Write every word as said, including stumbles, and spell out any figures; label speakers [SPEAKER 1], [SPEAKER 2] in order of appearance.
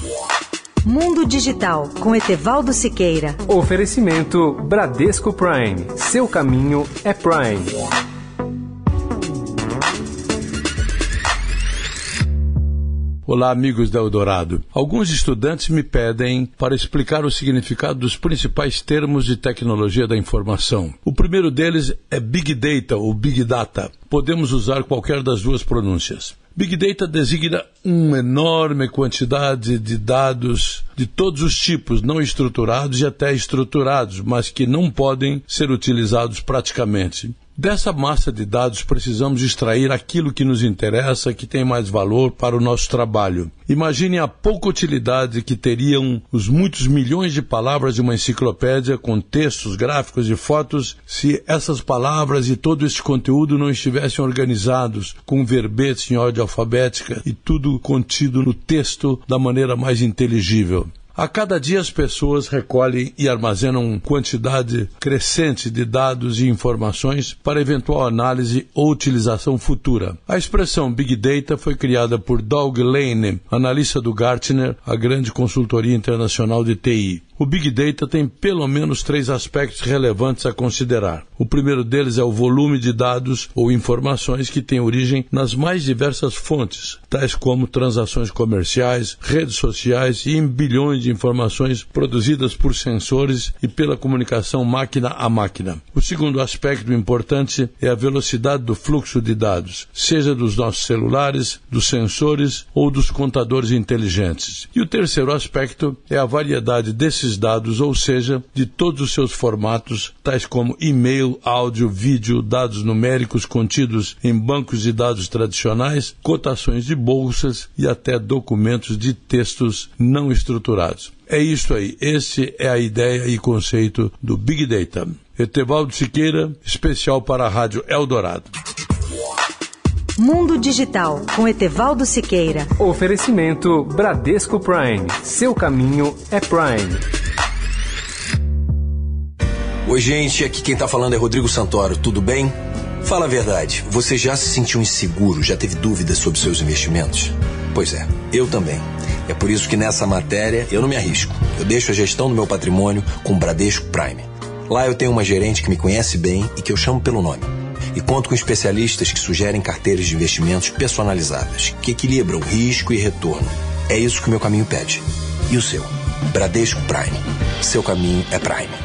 [SPEAKER 1] Mundo Digital, com Etevaldo Siqueira.
[SPEAKER 2] Oferecimento Bradesco Prime. Seu caminho é Prime.
[SPEAKER 3] Olá, amigos da Eldorado. Alguns estudantes me pedem para explicar o significado dos principais termos de tecnologia da informação. O primeiro deles é Big Data ou Big Data. Podemos usar qualquer das duas pronúncias. Big Data designa uma enorme quantidade de dados de todos os tipos, não estruturados e até estruturados, mas que não podem ser utilizados praticamente. Dessa massa de dados precisamos extrair aquilo que nos interessa, que tem mais valor para o nosso trabalho. Imagine a pouca utilidade que teriam os muitos milhões de palavras de uma enciclopédia com textos, gráficos e fotos se essas palavras e todo esse conteúdo não estivessem organizados com verbetes em ordem alfabética e tudo contido no texto da maneira mais inteligível. A cada dia as pessoas recolhem e armazenam quantidade crescente de dados e informações para eventual análise ou utilização futura. A expressão Big Data foi criada por Doug Lane, analista do Gartner, a grande consultoria internacional de T I. O Big Data tem pelo menos três aspectos relevantes a considerar. O primeiro deles é o volume de dados ou informações que tem origem nas mais diversas fontes, tais como transações comerciais, redes sociais e em bilhões de informações produzidas por sensores e pela comunicação máquina a máquina. O segundo aspecto importante é a velocidade do fluxo de dados, seja dos nossos celulares, dos sensores ou dos contadores inteligentes. E o terceiro aspecto é a variedade desses dados, ou seja, de todos os seus formatos, tais como e-mail, áudio, vídeo, dados numéricos contidos em bancos de dados tradicionais, cotações de bolsas e até documentos de textos não estruturados. É isso aí, esse é a ideia e conceito do Big Data. Etevaldo Siqueira, especial para a Rádio Eldorado.
[SPEAKER 1] Mundo Digital, com Etevaldo Siqueira.
[SPEAKER 2] Oferecimento Bradesco Prime. Seu caminho é Prime.
[SPEAKER 4] Oi, gente, aqui quem tá falando é Rodrigo Santoro, tudo bem? Fala a verdade, você já se sentiu inseguro, já teve dúvidas sobre seus investimentos? Pois é, eu também. É por isso que nessa matéria eu não me arrisco. Eu deixo a gestão do meu patrimônio com o Bradesco Prime. Lá eu tenho uma gerente que me conhece bem e que eu chamo pelo nome. E conto com especialistas que sugerem carteiras de investimentos personalizadas, que equilibram risco e retorno. É isso que o meu caminho pede. E o seu? Bradesco Prime. Seu caminho é Prime.